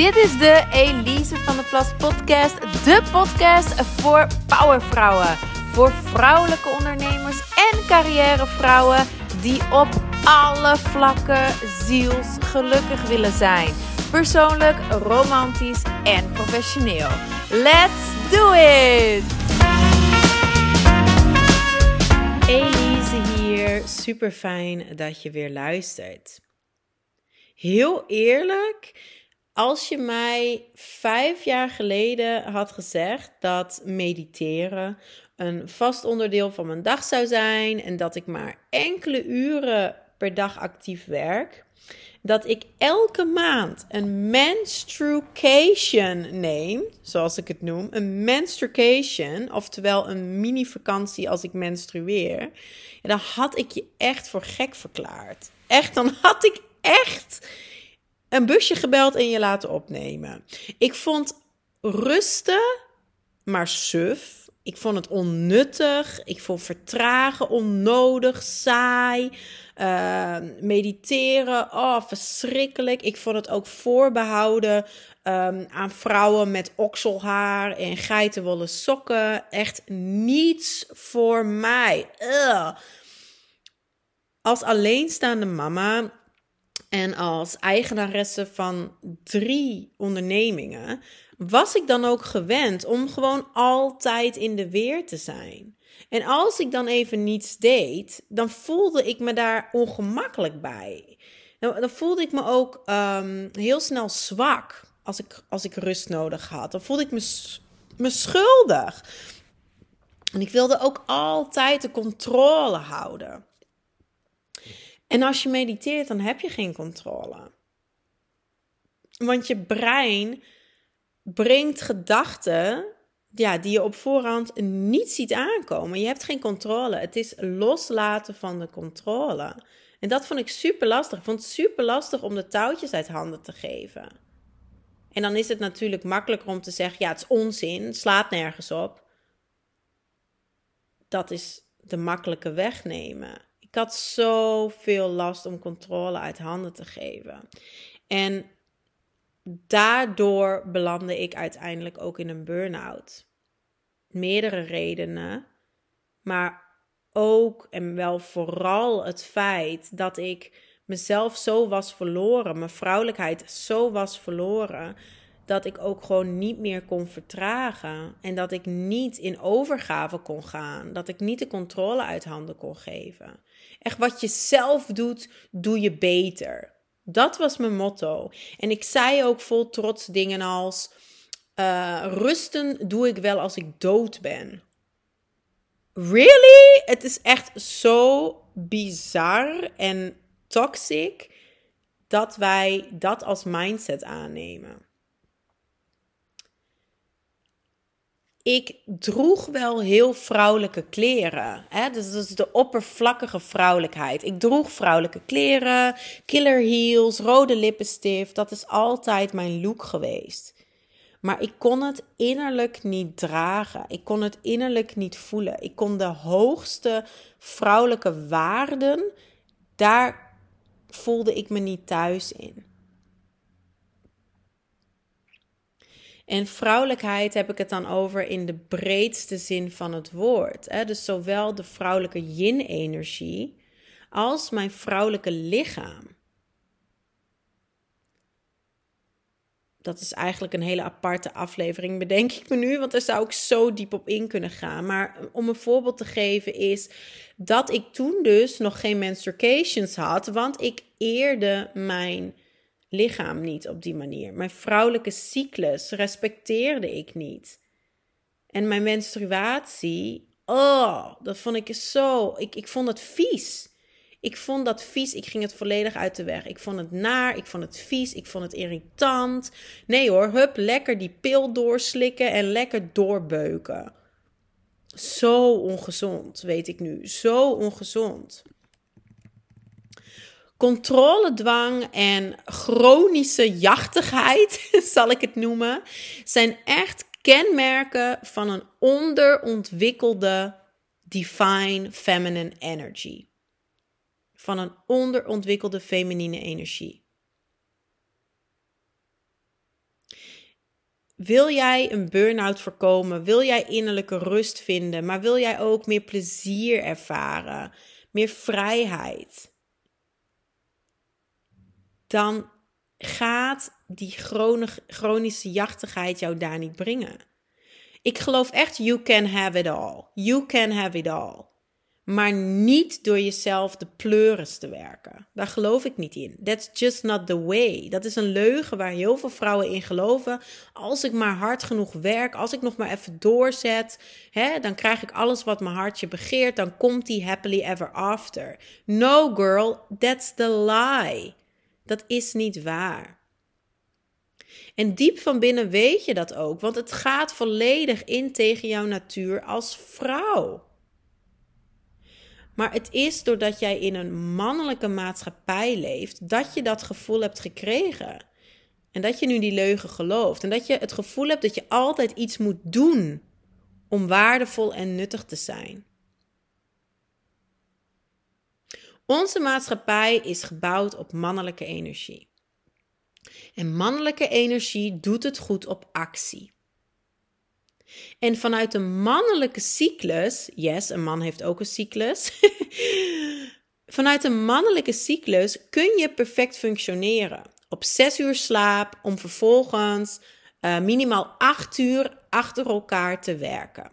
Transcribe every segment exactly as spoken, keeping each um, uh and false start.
Dit is de Elise van der Plas podcast. De podcast voor powervrouwen. Voor vrouwelijke ondernemers en carrièrevrouwen die op alle vlakken zielsgelukkig willen zijn. Persoonlijk, romantisch en professioneel. Let's do it! Elise hier. Super fijn dat je weer luistert. Heel eerlijk, als je mij vijf jaar geleden had gezegd dat mediteren een vast onderdeel van mijn dag zou zijn en dat ik maar enkele uren per dag actief werk, dat ik elke maand een menstruation neem, zoals ik het noem, een menstruation, oftewel een mini-vakantie als ik menstrueer, ja, dan had ik je echt voor gek verklaard. Echt, dan had ik echt een busje gebeld en je laten opnemen. Ik vond rusten maar suf. Ik vond het onnuttig. Ik vond vertragen onnodig, saai. Uh, mediteren, oh, verschrikkelijk. Ik vond het ook voorbehouden um, aan vrouwen met okselhaar en geitenwolle sokken. Echt niets voor mij. Ugh. Als alleenstaande mama en als eigenaresse van drie ondernemingen was ik dan ook gewend om gewoon altijd in de weer te zijn. En als ik dan even niets deed, dan voelde ik me daar ongemakkelijk bij. Dan, dan voelde ik me ook um, heel snel zwak als ik, als ik rust nodig had. Dan voelde ik me, me schuldig. En ik wilde ook altijd de controle houden. En als je mediteert, dan heb je geen controle. Want je brein brengt gedachten ja, die je op voorhand niet ziet aankomen. Je hebt geen controle. Het is loslaten van de controle. En dat vond ik super lastig. Ik vond het super lastig om de touwtjes uit handen te geven. En dan is het natuurlijk makkelijker om te zeggen, ja, het is onzin, het slaat nergens op. Dat is de makkelijke weg nemen. Ik had zoveel last om controle uit handen te geven. En daardoor belandde ik uiteindelijk ook in een burn-out. Meerdere redenen, maar ook en wel vooral het feit dat ik mezelf zo was verloren, mijn vrouwelijkheid zo was verloren, dat ik ook gewoon niet meer kon vertragen en dat ik niet in overgave kon gaan, dat ik niet de controle uit handen kon geven. Echt, wat je zelf doet, doe je beter. Dat was mijn motto. En ik zei ook vol trots dingen als, uh, rusten doe ik wel als ik dood ben. Really? Het is echt zo bizar en toxic dat wij dat als mindset aannemen. Ik droeg wel heel vrouwelijke kleren. Hè? Dus dat is de oppervlakkige vrouwelijkheid. Ik droeg vrouwelijke kleren, killer heels, rode lippenstift. Dat is altijd mijn look geweest. Maar ik kon het innerlijk niet dragen. Ik kon het innerlijk niet voelen. Ik kon de hoogste vrouwelijke waarden, daar voelde ik me niet thuis in. En vrouwelijkheid heb ik het dan over in de breedste zin van het woord. Hè? Dus zowel de vrouwelijke yin-energie als mijn vrouwelijke lichaam. Dat is eigenlijk een hele aparte aflevering, bedenk ik me nu, want daar zou ik zo diep op in kunnen gaan. Maar om een voorbeeld te geven is dat ik toen dus nog geen menstruations had, want ik eerde mijn lichaam niet op die manier. Mijn vrouwelijke cyclus respecteerde ik niet. En mijn menstruatie, oh, dat vond ik zo, ik, ik vond het vies. Ik vond dat vies, ik ging het volledig uit de weg. Ik vond het naar, ik vond het vies, ik vond het irritant. Nee hoor, hup, lekker die pil doorslikken en lekker doorbeuken. Zo ongezond, weet ik nu. Zo ongezond. Controledwang en chronische jachtigheid, zal ik het noemen, zijn echt kenmerken van een onderontwikkelde divine feminine energy. Van een onderontwikkelde feminine energie. wil jij een burn-out voorkomen? Wil jij innerlijke rust vinden? Maar wil jij ook meer plezier ervaren? Meer vrijheid? Dan gaat die chronische jachtigheid jou daar niet brengen. Ik geloof echt, you can have it all. You can have it all. Maar niet door jezelf de pleuris te werken. Daar geloof ik niet in. That's just not the way. Dat is een leugen waar heel veel vrouwen in geloven. Als ik maar hard genoeg werk, als ik nog maar even doorzet, hè, dan krijg ik alles wat mijn hartje begeert. Dan komt die happily ever after. No girl, that's the lie. Dat is niet waar. En diep van binnen weet je dat ook, want het gaat volledig in tegen jouw natuur als vrouw. Maar het is doordat jij in een mannelijke maatschappij leeft, dat je dat gevoel hebt gekregen. En dat je nu die leugen gelooft. En dat je het gevoel hebt dat je altijd iets moet doen om waardevol en nuttig te zijn. Onze maatschappij is gebouwd op mannelijke energie. En mannelijke energie doet het goed op actie. En vanuit de mannelijke cyclus, yes, een man heeft ook een cyclus. Vanuit de mannelijke cyclus kun je perfect functioneren. Op zes uur slaap, om vervolgens uh, minimaal acht uur achter elkaar te werken.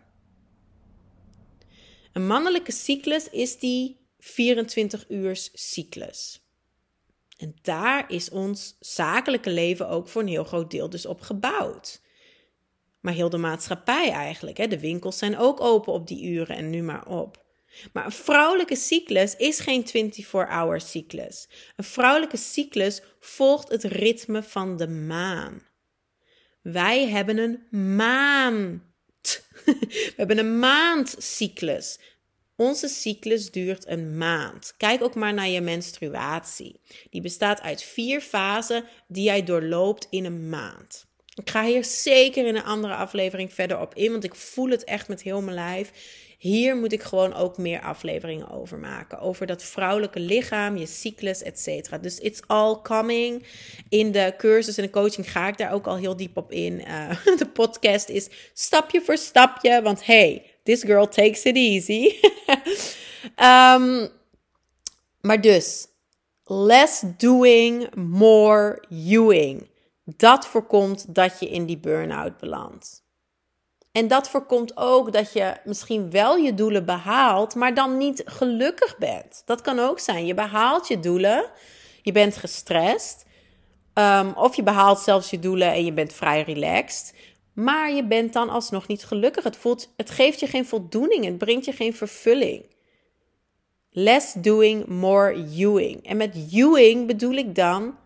Een mannelijke cyclus is die vierentwintig uurs cyclus. En daar is ons zakelijke leven ook voor een heel groot deel dus op gebouwd. Maar heel de maatschappij eigenlijk. Hè? De winkels zijn ook open op die uren en nu maar op. Maar een vrouwelijke cyclus is geen vierentwintig hour cyclus. Een vrouwelijke cyclus volgt het ritme van de maan. Wij hebben een maand. We hebben een maandcyclus. Onze cyclus duurt een maand. Kijk ook maar naar je menstruatie. Die bestaat uit vier fasen die jij doorloopt in een maand. Ik ga hier zeker in een andere aflevering verder op in, want ik voel het echt met heel mijn lijf. Hier moet ik gewoon ook meer afleveringen over maken. Over dat vrouwelijke lichaam, je cyclus, et cetera. Dus it's all coming. In de cursus en de coaching ga ik daar ook al heel diep op in. Uh, de podcast is stapje voor stapje, want hey, this girl takes it easy. um, maar dus, less doing, more youing. Dat voorkomt dat je in die burn-out belandt. En dat voorkomt ook dat je misschien wel je doelen behaalt, maar dan niet gelukkig bent. Dat kan ook zijn. Je behaalt je doelen, je bent gestrest. Um, of je behaalt zelfs je doelen en je bent vrij relaxed. Maar je bent dan alsnog niet gelukkig. Het, voelt, het geeft je geen voldoening, het brengt je geen vervulling. Less doing, more youing. En met youing bedoel ik dan,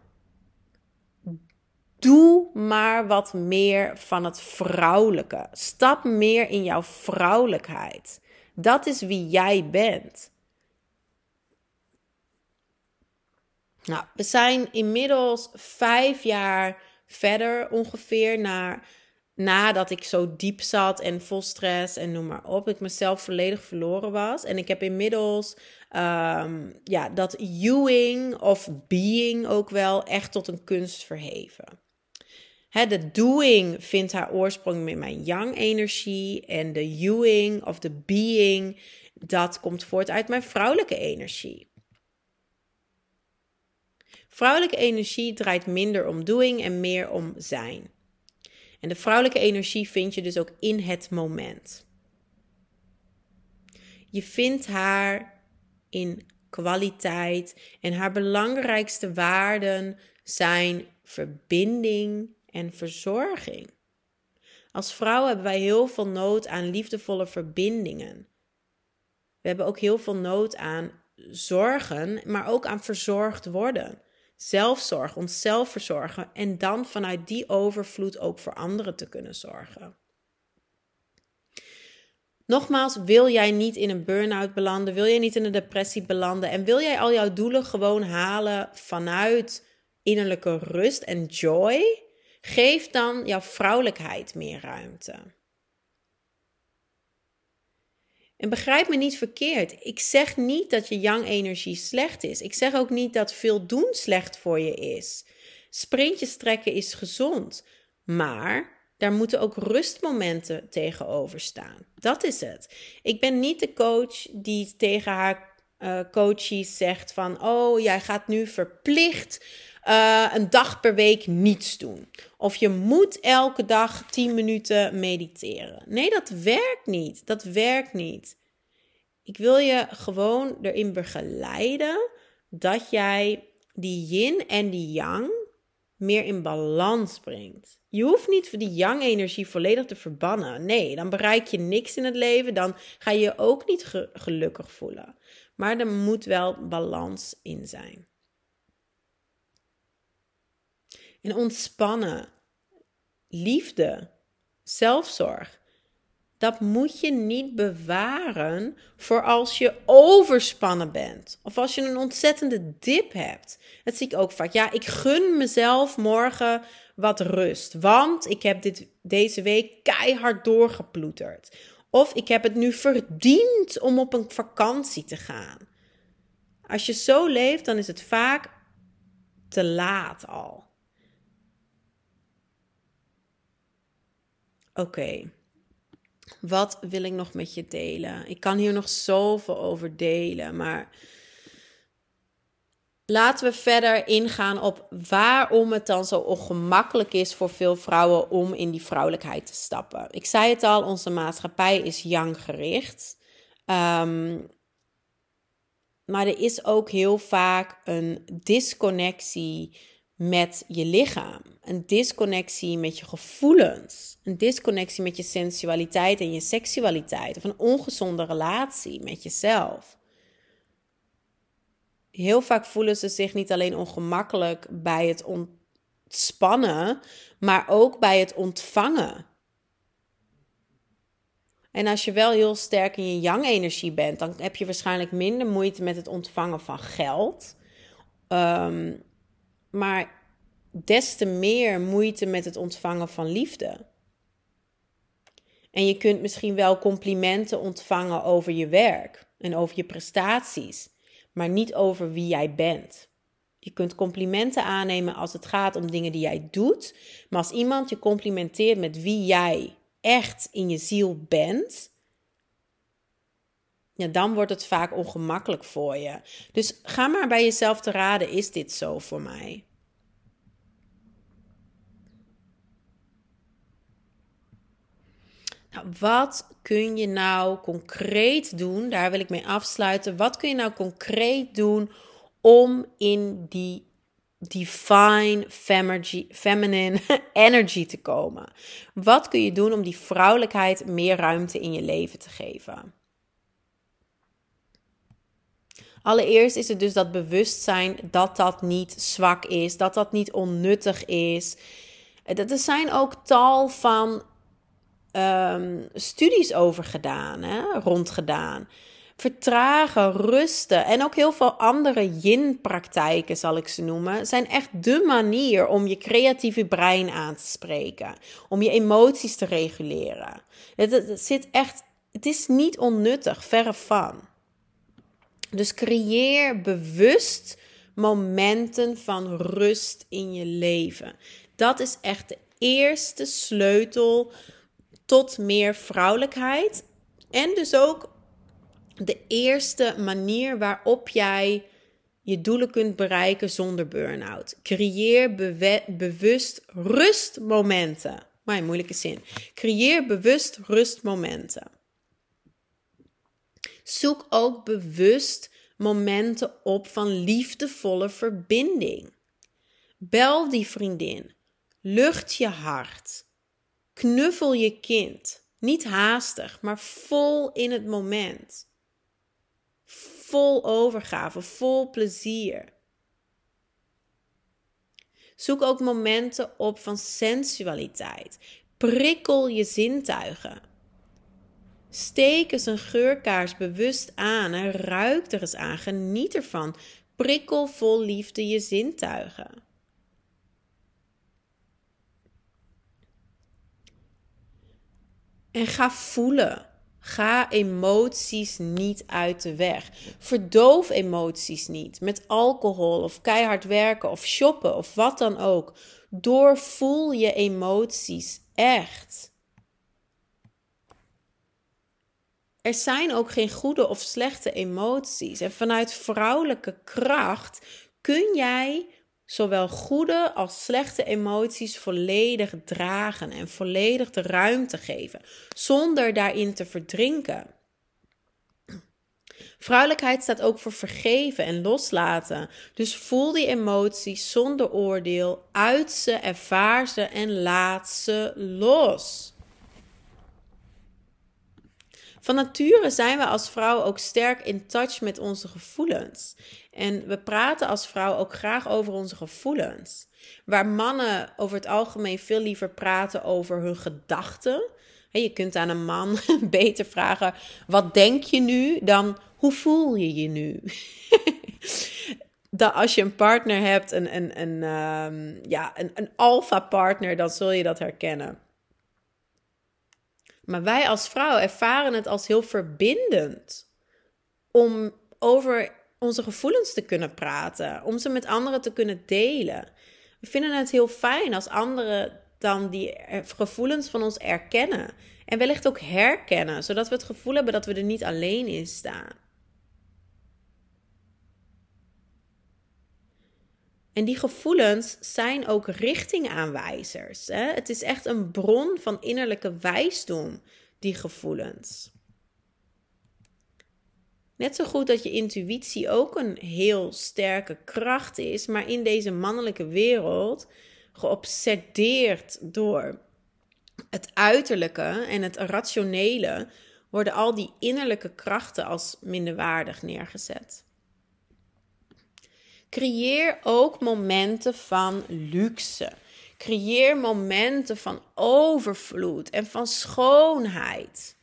doe maar wat meer van het vrouwelijke. Stap meer in jouw vrouwelijkheid. Dat is wie jij bent. Nou, we zijn inmiddels vijf jaar verder ongeveer naar, nadat ik zo diep zat en vol stress en noem maar op. Ik mezelf volledig verloren was. En ik heb inmiddels um, ja, dat youing of being ook wel echt tot een kunst verheven. He, de doing vindt haar oorsprong in mijn yang-energie. En de youing of de being, dat komt voort uit mijn vrouwelijke energie. Vrouwelijke energie draait minder om doing en meer om zijn. En de vrouwelijke energie vind je dus ook in het moment. Je vindt haar in kwaliteit. En haar belangrijkste waarden zijn verbinding en verzorging. Als vrouw hebben wij heel veel nood aan liefdevolle verbindingen. We hebben ook heel veel nood aan zorgen, maar ook aan verzorgd worden. Zelfzorg, onszelf verzorgen en dan vanuit die overvloed ook voor anderen te kunnen zorgen. Nogmaals, wil jij niet in een burn-out belanden, wil jij niet in een depressie belanden en wil jij al jouw doelen gewoon halen vanuit innerlijke rust en joy, geef dan jouw vrouwelijkheid meer ruimte. En begrijp me niet verkeerd. Ik zeg niet dat je yang-energie slecht is. Ik zeg ook niet dat veel doen slecht voor je is. Sprintjes trekken is gezond. Maar daar moeten ook rustmomenten tegenover staan. Dat is het. Ik ben niet de coach die tegen haar uh, coaches zegt van, oh, jij gaat nu verplicht uh, een dag per week niets doen. Of je moet elke dag tien minuten mediteren. Nee, dat werkt niet. Dat werkt niet. Ik wil je gewoon erin begeleiden dat jij die yin en die yang meer in balans brengt. Je hoeft niet voor die yang-energie volledig te verbannen. Nee, dan bereik je niks in het leven. Dan ga je je ook niet ge- gelukkig voelen. Maar er moet wel balans in zijn. En ontspannen, liefde, zelfzorg. Dat moet je niet bewaren voor als je overspannen bent. Of als je een ontzettende dip hebt. Dat zie ik ook vaak. Ja, ik gun mezelf morgen wat rust. Want ik heb dit, deze week keihard doorgeploeterd. Of ik heb het nu verdiend om op een vakantie te gaan. Als je zo leeft, dan is het vaak te laat al. Oké. Okay. Wat wil ik nog met je delen? Ik kan hier nog zoveel over delen, maar laten we verder ingaan op waarom het dan zo ongemakkelijk is voor veel vrouwen om in die vrouwelijkheid te stappen. Ik zei het al, onze maatschappij is yang gericht. Um, maar er is ook heel vaak een disconnectie met je lichaam. Een disconnectie met je gevoelens. Een disconnectie met je sensualiteit en je seksualiteit. Of een ongezonde relatie met jezelf. Heel vaak voelen ze zich niet alleen ongemakkelijk bij het ontspannen, maar ook bij het ontvangen. En als je wel heel sterk in je yang-energie bent, dan heb je waarschijnlijk minder moeite met het ontvangen van geld. Um, maar des te meer moeite met het ontvangen van liefde. En je kunt misschien wel complimenten ontvangen over je werk en over je prestaties, maar niet over wie jij bent. Je kunt complimenten aannemen als het gaat om dingen die jij doet, maar als iemand je complimenteert met wie jij echt in je ziel bent, ja, dan wordt het vaak ongemakkelijk voor je. Dus ga maar bij jezelf te raden, is dit zo voor mij? Nou, wat kun je nou concreet doen? Daar wil ik mee afsluiten. Wat kun je nou concreet doen om in die divine feminine energy te komen? Wat kun je doen om die vrouwelijkheid meer ruimte in je leven te geven? Allereerst is het dus dat bewustzijn dat dat niet zwak is, dat dat niet onnuttig is. Er zijn ook tal van um, studies over gedaan, hè, rondgedaan. Vertragen, rusten en ook heel veel andere yin-praktijken, zal ik ze noemen, zijn echt dé manier om je creatieve brein aan te spreken. Om je emoties te reguleren. Het, het, het zit echt, het is niet onnuttig, verre van. Dus creëer bewust momenten van rust in je leven. Dat is echt de eerste sleutel tot meer vrouwelijkheid. En dus ook de eerste manier waarop jij je doelen kunt bereiken zonder burn-out. Creëer bewe- bewust rustmomenten. Maar in moeilijke zin. Creëer bewust rustmomenten. Zoek ook bewust momenten op van liefdevolle verbinding. Bel die vriendin. Lucht je hart. Knuffel je kind. Niet haastig, maar vol in het moment. Vol overgave, vol plezier. Zoek ook momenten op van sensualiteit. Prikkel je zintuigen. Steek eens een geurkaars bewust aan en ruik er eens aan. Geniet ervan. Prikkel vol liefde je zintuigen. En ga voelen. Ga emoties niet uit de weg. Verdoof emoties niet met alcohol of keihard werken of shoppen of wat dan ook. Doorvoel je emoties echt. Er zijn ook geen goede of slechte emoties. En vanuit vrouwelijke kracht kun jij zowel goede als slechte emoties volledig dragen en volledig de ruimte geven, zonder daarin te verdrinken. Vrouwelijkheid staat ook voor vergeven en loslaten. Dus voel die emoties zonder oordeel, uit ze, ervaar ze en laat ze los. Van nature zijn we als vrouw ook sterk in touch met onze gevoelens. En we praten als vrouw ook graag over onze gevoelens. Waar mannen over het algemeen veel liever praten over hun gedachten. Je kunt aan een man beter vragen, wat denk je nu, dan hoe voel je je nu? Dat als je een partner hebt, een, een, een, um, ja, een, een alpha partner, dan zul je dat herkennen. Maar wij als vrouw ervaren het als heel verbindend om over onze gevoelens te kunnen praten, om ze met anderen te kunnen delen. We vinden het heel fijn als anderen dan die gevoelens van ons erkennen en wellicht ook herkennen, zodat we het gevoel hebben dat we er niet alleen in staan. En die gevoelens zijn ook richtingaanwijzers. Hè? Het is echt een bron van innerlijke wijsdom, die gevoelens. Net zo goed dat je intuïtie ook een heel sterke kracht is, maar in deze mannelijke wereld, geobsedeerd door het uiterlijke en het rationele, worden al die innerlijke krachten als minderwaardig neergezet. Creëer ook momenten van luxe. Creëer momenten van overvloed en van schoonheid.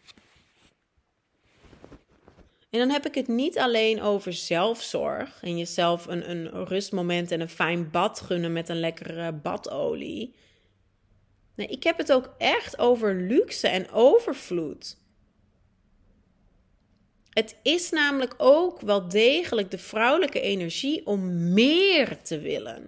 En dan heb ik het niet alleen over zelfzorg en jezelf een, een rustmoment en een fijn bad gunnen met een lekkere badolie. Nee, ik heb het ook echt over luxe en overvloed. Het is namelijk ook wel degelijk de vrouwelijke energie om meer te willen.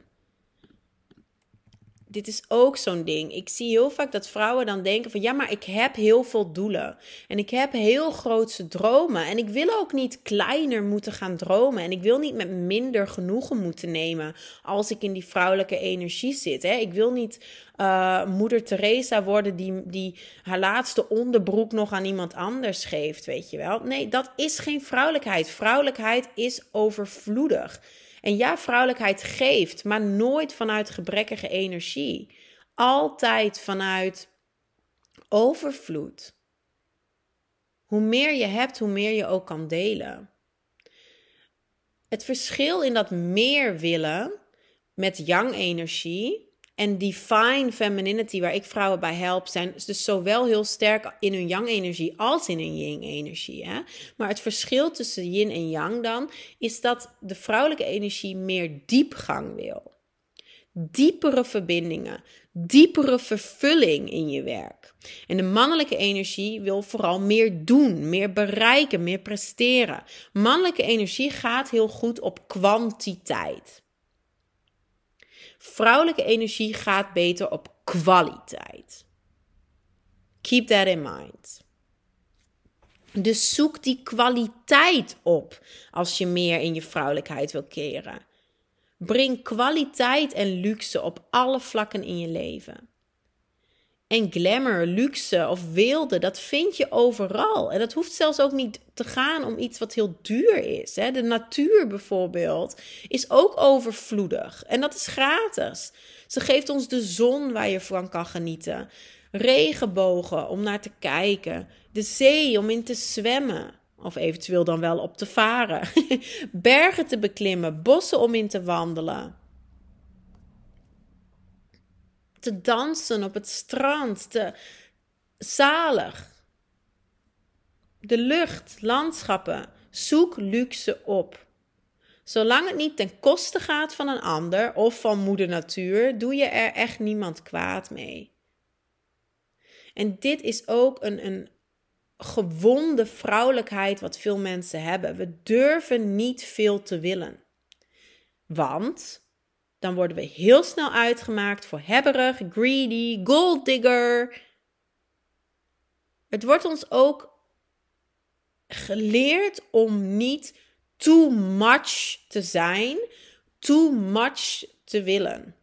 Dit is ook zo'n ding. Ik zie heel vaak dat vrouwen dan denken van ja, maar ik heb heel veel doelen. En ik heb heel grootse dromen. En ik wil ook niet kleiner moeten gaan dromen. En ik wil niet met minder genoegen moeten nemen als ik in die vrouwelijke energie zit. Hè. Ik wil niet uh, moeder Teresa worden die, die haar laatste onderbroek nog aan iemand anders geeft, weet je wel. Nee, dat is geen vrouwelijkheid. Vrouwelijkheid is overvloedig. En ja, vrouwelijkheid geeft, maar nooit vanuit gebrekkige energie. Altijd vanuit overvloed. Hoe meer je hebt, hoe meer je ook kan delen. Het verschil in dat meer willen met yang-energie en divine femininity, waar ik vrouwen bij help, zijn dus zowel heel sterk in hun yang-energie als in hun yin-energie. Hè? Maar het verschil tussen yin en yang dan, is dat de vrouwelijke energie meer diepgang wil. Diepere verbindingen, diepere vervulling in je werk. En de mannelijke energie wil vooral meer doen, meer bereiken, meer presteren. Mannelijke energie gaat heel goed op kwantiteit. Vrouwelijke energie gaat beter op kwaliteit. Keep that in mind. Dus zoek die kwaliteit op als je meer in je vrouwelijkheid wil keren. Breng kwaliteit en luxe op alle vlakken in je leven. En glamour, luxe of weelde, dat vind je overal. En dat hoeft zelfs ook niet te gaan om iets wat heel duur is. De natuur bijvoorbeeld is ook overvloedig. En dat is gratis. Ze geeft ons de zon waar je van kan genieten. Regenbogen om naar te kijken. De zee om in te zwemmen. Of eventueel dan wel op te varen. Bergen te beklimmen. Bossen om in te wandelen. Te dansen op het strand, te zalig. De lucht, landschappen, zoek luxe op. Zolang het niet ten koste gaat van een ander of van moeder natuur, doe je er echt niemand kwaad mee. En dit is ook een, een gewonde vrouwelijkheid wat veel mensen hebben. We durven niet veel te willen. Want dan worden we heel snel uitgemaakt voor hebberig, greedy, gold digger. Het wordt ons ook geleerd om niet too much te zijn, too much te willen.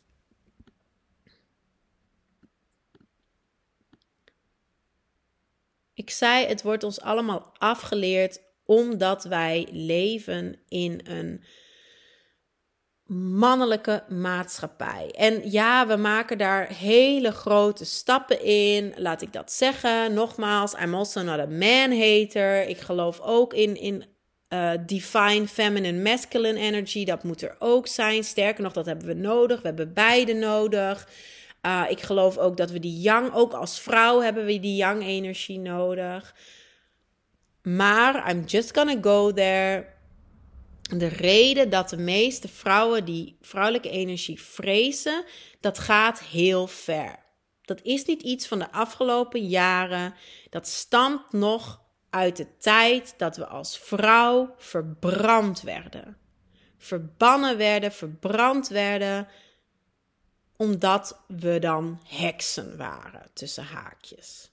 Ik zei, het wordt ons allemaal afgeleerd omdat wij leven in een mannelijke maatschappij. En ja, we maken daar hele grote stappen in. Laat ik dat zeggen. Nogmaals, I'm also not a man-hater. Ik geloof ook in, in uh, divine feminine masculine energy. Dat moet er ook zijn. Sterker nog, dat hebben we nodig. We hebben beide nodig. Uh, ik geloof ook dat we die yang, ook als vrouw hebben we die yang energie nodig. Maar I'm just gonna go there. De reden dat de meeste vrouwen die vrouwelijke energie vrezen, dat gaat heel ver. Dat is niet iets van de afgelopen jaren. Dat stamt nog uit de tijd dat we als vrouw verbrand werden. Verbannen werden, verbrand werden, omdat we dan heksen waren, tussen haakjes.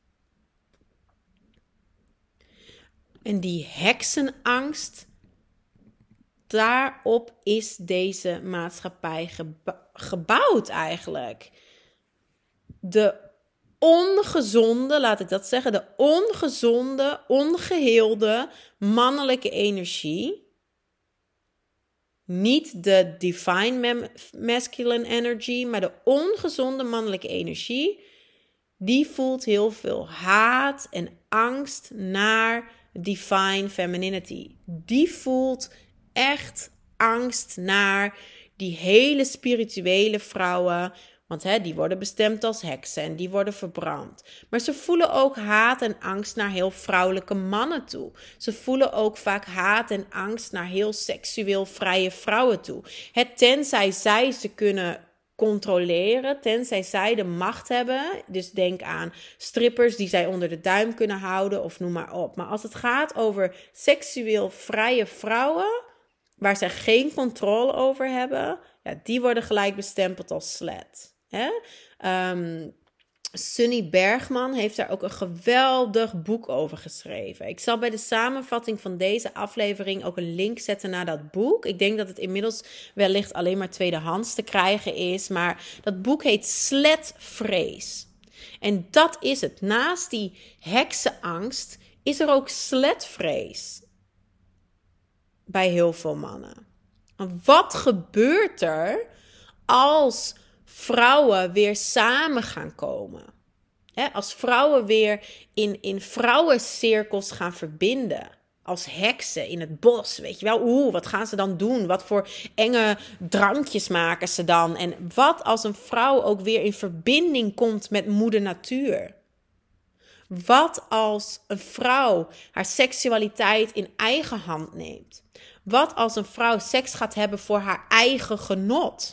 En die heksenangst, daarop is deze maatschappij geba- gebouwd eigenlijk. De ongezonde, laat ik dat zeggen, de ongezonde, ongeheelde mannelijke energie, niet de divine masculine energy, maar de ongezonde mannelijke energie, die voelt heel veel haat en angst naar divine femininity. Die voelt echt angst naar die hele spirituele vrouwen. Want hè, die worden bestemd als heksen en die worden verbrand. Maar ze voelen ook haat en angst naar heel vrouwelijke mannen toe. Ze voelen ook vaak haat en angst naar heel seksueel vrije vrouwen toe. Het tenzij zij ze kunnen controleren, tenzij zij de macht hebben. Dus denk aan strippers die zij onder de duim kunnen houden of noem maar op. Maar als het gaat over seksueel vrije vrouwen, waar zij geen controle over hebben, ja, die worden gelijk bestempeld als slet. Hè? Um, Sunny Bergman heeft daar ook een geweldig boek over geschreven. Ik zal bij de samenvatting van deze aflevering ook een link zetten naar dat boek. Ik denk dat het inmiddels wellicht alleen maar tweedehands te krijgen is. Maar dat boek heet Sletvrees. En dat is het. Naast die heksenangst is er ook sletvrees bij heel veel mannen. Wat gebeurt er als vrouwen weer samen gaan komen? He, als vrouwen weer in, in vrouwencirkels gaan verbinden. Als heksen in het bos, weet je wel. Oeh, wat gaan ze dan doen? Wat voor enge drankjes maken ze dan? En wat als een vrouw ook weer in verbinding komt met moeder natuur? Wat als een vrouw haar seksualiteit in eigen hand neemt? Wat als een vrouw seks gaat hebben voor haar eigen genot?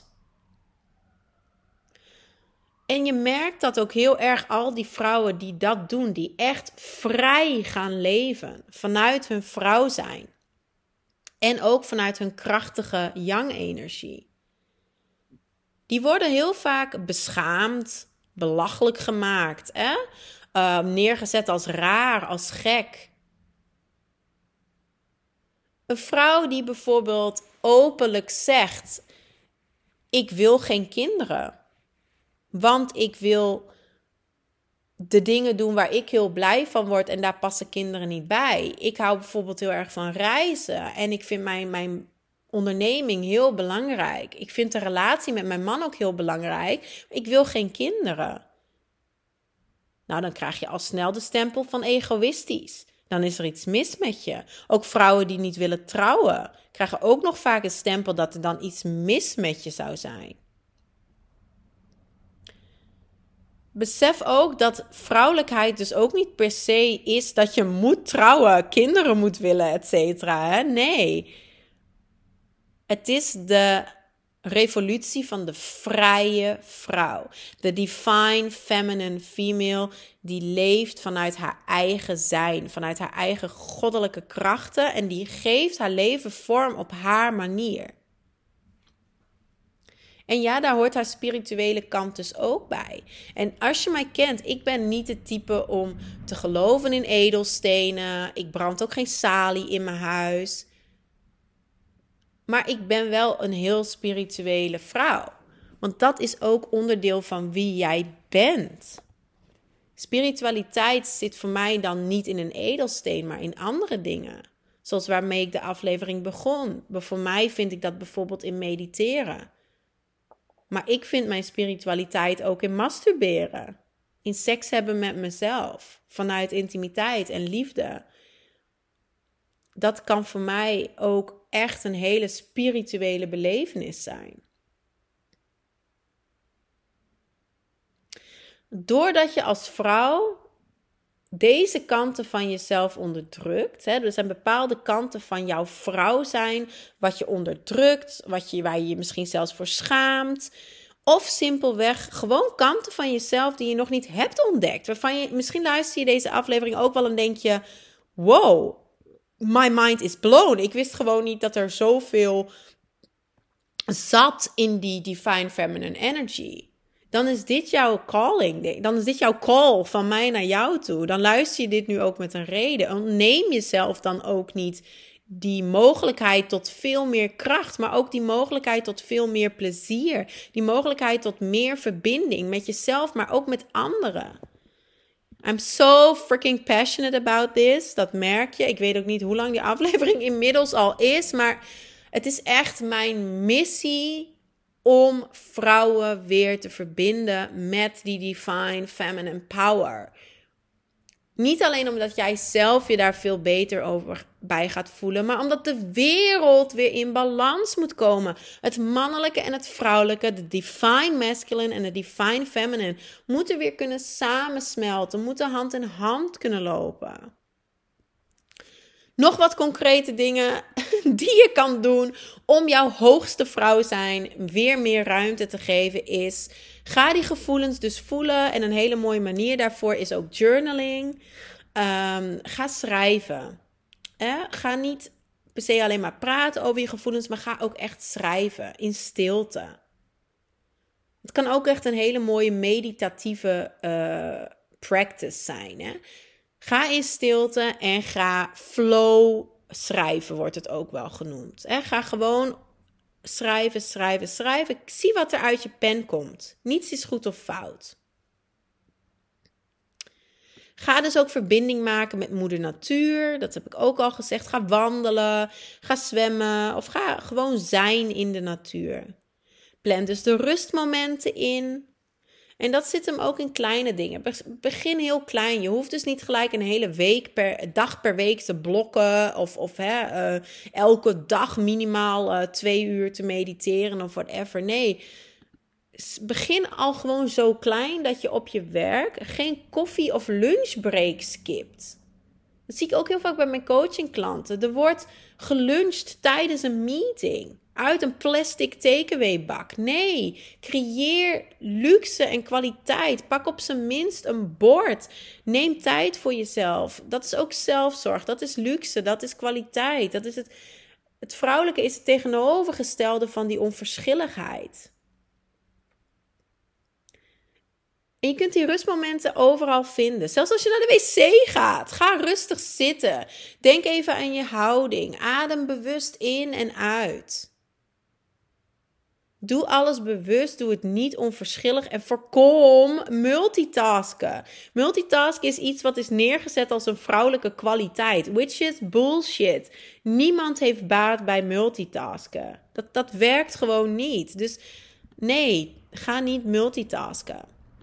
En je merkt dat ook heel erg al die vrouwen die dat doen, die echt vrij gaan leven vanuit hun vrouw zijn. En ook vanuit hun krachtige yang-energie. Die worden heel vaak beschaamd, belachelijk gemaakt, hè? Uh, neergezet als raar, als gek. Een vrouw die bijvoorbeeld openlijk zegt: ik wil geen kinderen, want ik wil de dingen doen waar ik heel blij van word en daar passen kinderen niet bij. Ik hou bijvoorbeeld heel erg van reizen en ik vind mijn, mijn onderneming heel belangrijk. Ik vind de relatie met mijn man ook heel belangrijk. Ik wil geen kinderen. Nou, dan krijg je al snel de stempel van egoïstisch. Dan is er iets mis met je. Ook vrouwen die niet willen trouwen krijgen ook nog vaak een stempel dat er dan iets mis met je zou zijn. Besef ook dat vrouwelijkheid dus ook niet per se is dat je moet trouwen, kinderen moet willen, et cetera. Nee. Het is de revolutie van de vrije vrouw. De divine feminine female die leeft vanuit haar eigen zijn, vanuit haar eigen goddelijke krachten en die geeft haar leven vorm op haar manier. En ja, daar hoort haar spirituele kant dus ook bij. En als je mij kent, ik ben niet het type om te geloven in edelstenen. Ik brand ook geen salie in mijn huis. Maar ik ben wel een heel spirituele vrouw. Want dat is ook onderdeel van wie jij bent. Spiritualiteit zit voor mij dan niet in een edelsteen, maar in andere dingen. Zoals waarmee ik de aflevering begon. Voor mij vind ik dat bijvoorbeeld in mediteren. Maar ik vind mijn spiritualiteit ook in masturberen. In seks hebben met mezelf. Vanuit intimiteit en liefde. Dat kan voor mij ook echt een hele spirituele belevenis zijn. Doordat je als vrouw deze kanten van jezelf onderdrukt. Hè, er zijn bepaalde kanten van jouw vrouw zijn wat je onderdrukt, wat je, waar je je misschien zelfs voor schaamt. Of simpelweg gewoon kanten van jezelf die je nog niet hebt ontdekt. Waarvan je, misschien luister je deze aflevering ook wel en denk je, wow, my mind is blown. Ik wist gewoon niet dat er zoveel zat in die divine feminine energy. Dan is dit jouw calling. Dan is dit jouw call van mij naar jou toe. Dan luister je dit nu ook met een reden. Neem jezelf dan ook niet die mogelijkheid tot veel meer kracht. Maar ook die mogelijkheid tot veel meer plezier. Die mogelijkheid tot meer verbinding met jezelf, maar ook met anderen. I'm so freaking passionate about this. Dat merk je. Ik weet ook niet hoe lang die aflevering inmiddels al is. Maar het is echt mijn missie om vrouwen weer te verbinden met die divine feminine power. Niet alleen omdat jij zelf je daar veel beter over bij gaat voelen, maar omdat de wereld weer in balans moet komen. Het mannelijke en het vrouwelijke, de divine masculine en de divine feminine, moeten weer kunnen samensmelten, moeten hand in hand kunnen lopen. Nog wat concrete dingen die je kan doen om jouw hoogste vrouw zijn weer meer ruimte te geven is, ga die gevoelens dus voelen. En een hele mooie manier daarvoor is ook journaling. Um, ga schrijven. Eh? Ga niet per se alleen maar praten over je gevoelens, maar ga ook echt schrijven in stilte. Het kan ook echt een hele mooie meditatieve uh, practice zijn, hè? Ga in stilte en ga flow schrijven, wordt het ook wel genoemd. Ga gewoon schrijven, schrijven, schrijven. Zie wat er uit je pen komt. Niets is goed of fout. Ga dus ook verbinding maken met moeder natuur. Dat heb ik ook al gezegd. Ga wandelen, ga zwemmen of ga gewoon zijn in de natuur. Plan dus de rustmomenten in. En dat zit hem ook in kleine dingen. Begin heel klein. Je hoeft dus niet gelijk een hele week per dag per week te blokken. Of, of hè, uh, elke dag minimaal uh, twee uur te mediteren of whatever. Nee, begin al gewoon zo klein dat je op je werk geen koffie- of lunchbreak skipt. Dat zie ik ook heel vaak bij mijn coachingklanten. Er wordt geluncht tijdens een meeting. Uit een plastic takeaway bak. Nee, creëer luxe en kwaliteit. Pak op zijn minst een bord. Neem tijd voor jezelf. Dat is ook zelfzorg. Dat is luxe. Dat is kwaliteit. Dat is het, het vrouwelijke is het tegenovergestelde van die onverschilligheid. En je kunt die rustmomenten overal vinden. Zelfs als je naar de wc gaat. Ga rustig zitten. Denk even aan je houding. Adem bewust in en uit. Doe alles bewust, doe het niet onverschillig en voorkom multitasken. Multitasken is iets wat is neergezet als een vrouwelijke kwaliteit, which is bullshit. Niemand heeft baat bij multitasken. Dat, dat werkt gewoon niet. Dus nee, ga niet multitasken.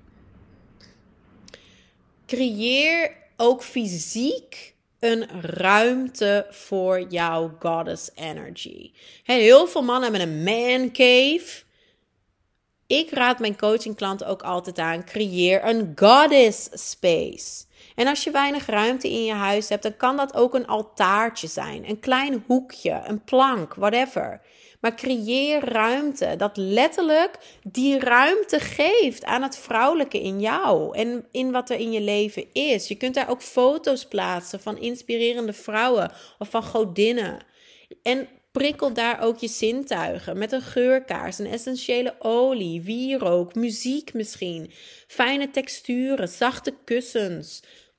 Creëer ook fysiek een ruimte voor jouw goddess energy. Heel veel mannen hebben een man cave. Ik raad mijn coachingklanten ook altijd aan. Creëer een goddess space. En als je weinig ruimte in je huis hebt, dan kan dat ook een altaartje zijn. Een klein hoekje, een plank, whatever. Maar creëer ruimte dat letterlijk die ruimte geeft aan het vrouwelijke in jou. En in wat er in je leven is. Je kunt daar ook foto's plaatsen van inspirerende vrouwen of van godinnen. En Prikkel daar ook je zintuigen met een geurkaars, een essentiële olie, wierook, muziek misschien, fijne texturen, zachte kussens.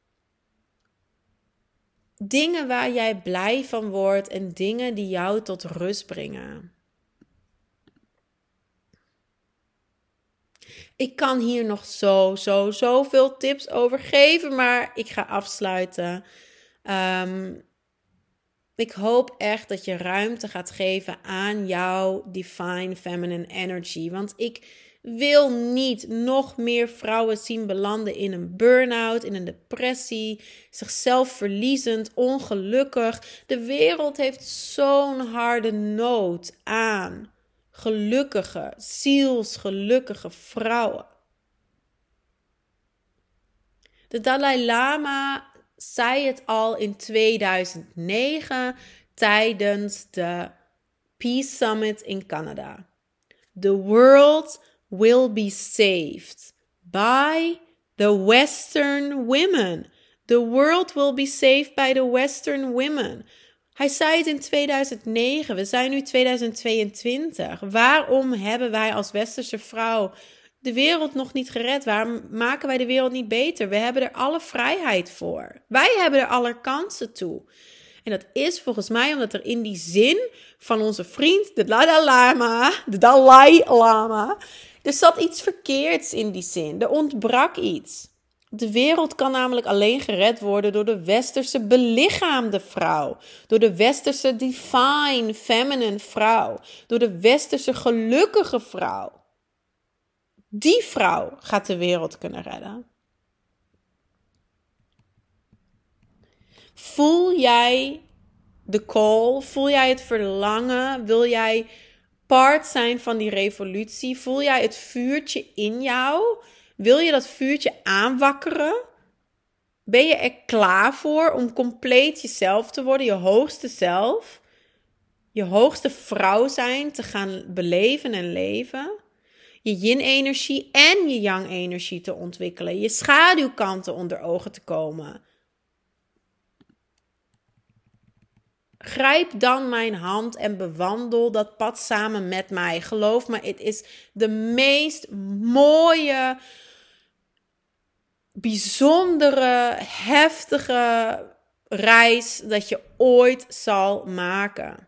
Dingen waar jij blij van wordt en dingen die jou tot rust brengen. Ik kan hier nog zo, zo, zoveel tips over geven, maar ik ga afsluiten. Um, ik hoop echt dat je ruimte gaat geven aan jouw Divine Feminine Energy. Want ik wil niet nog meer vrouwen zien belanden in een burn-out, in een depressie, zichzelf verliezend, ongelukkig. De wereld heeft zo'n harde nood aan gelukkige, zielsgelukkige vrouwen. De Dalai Lama zei het al in tweeduizend negen tijdens de Peace Summit in Canada. The world will be saved by the Western women. The world will be saved by the Western women. Hij zei het in tweeduizend negen, we zijn nu tweeduizend tweeëntwintig. Waarom hebben wij als westerse vrouw de wereld nog niet gered? Waarom maken wij de wereld niet beter? We hebben er alle vrijheid voor. Wij hebben er alle kansen toe. En dat is volgens mij omdat er in die zin van onze vriend, de Dalai Lama, de Dalai Lama, er zat iets verkeerds in die zin. Er ontbrak iets. De wereld kan namelijk alleen gered worden door de westerse belichaamde vrouw. Door de westerse divine feminine vrouw. Door de westerse gelukkige vrouw. Die vrouw gaat de wereld kunnen redden. Voel jij de call? Voel jij het verlangen? Wil jij part zijn van die revolutie? Voel jij het vuurtje in jou? Wil je dat vuurtje aanwakkeren? Ben je er klaar voor om compleet jezelf te worden, je hoogste zelf? Je hoogste vrouw zijn, te gaan beleven en leven? Je yin-energie en je yang-energie te ontwikkelen. Je schaduwkanten onder ogen te komen. Grijp dan mijn hand en bewandel dat pad samen met mij. Geloof me, het is de meest mooie, bijzondere, heftige reis dat je ooit zal maken.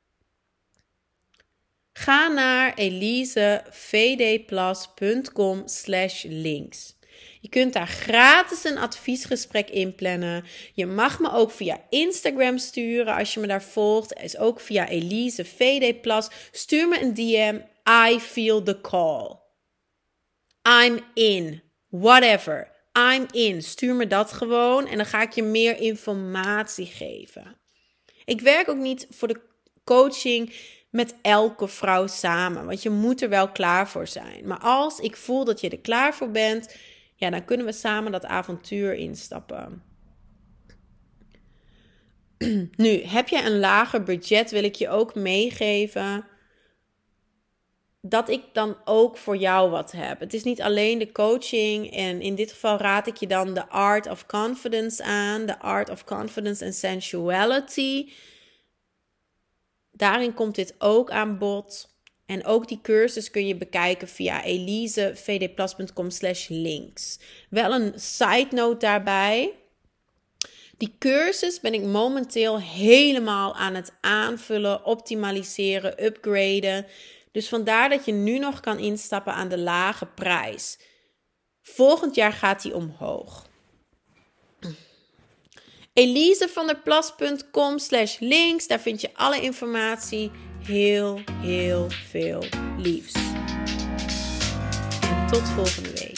Ga naar elisevdplus.com slash links. Je kunt daar gratis een adviesgesprek inplannen. Je mag me ook via Instagram sturen als je me daar volgt. Is ook via elisevdplus. Stuur me een D M. I feel the call. I'm in. Whatever. I'm in. Stuur me dat gewoon en dan ga ik je meer informatie geven. Ik werk ook niet voor de coaching met elke vrouw samen, want je moet er wel klaar voor zijn. Maar als ik voel dat je er klaar voor bent, ja, dan kunnen we samen dat avontuur instappen. Nu, heb je een lager budget, wil ik je ook meegeven dat ik dan ook voor jou wat heb. Het is niet alleen de coaching en in dit geval raad ik je dan de Art of Confidence aan. De Art of Confidence and Sensuality. Daarin komt dit ook aan bod. En ook die cursus kun je bekijken via elisevdplus.com slash links. Wel een side note daarbij. Die cursus ben ik momenteel helemaal aan het aanvullen, optimaliseren, upgraden. Dus vandaar dat je nu nog kan instappen aan de lage prijs. Volgend jaar gaat die omhoog. elisevdplus.com slash links. Daar vind je alle informatie. Heel, heel veel liefs. En tot volgende week.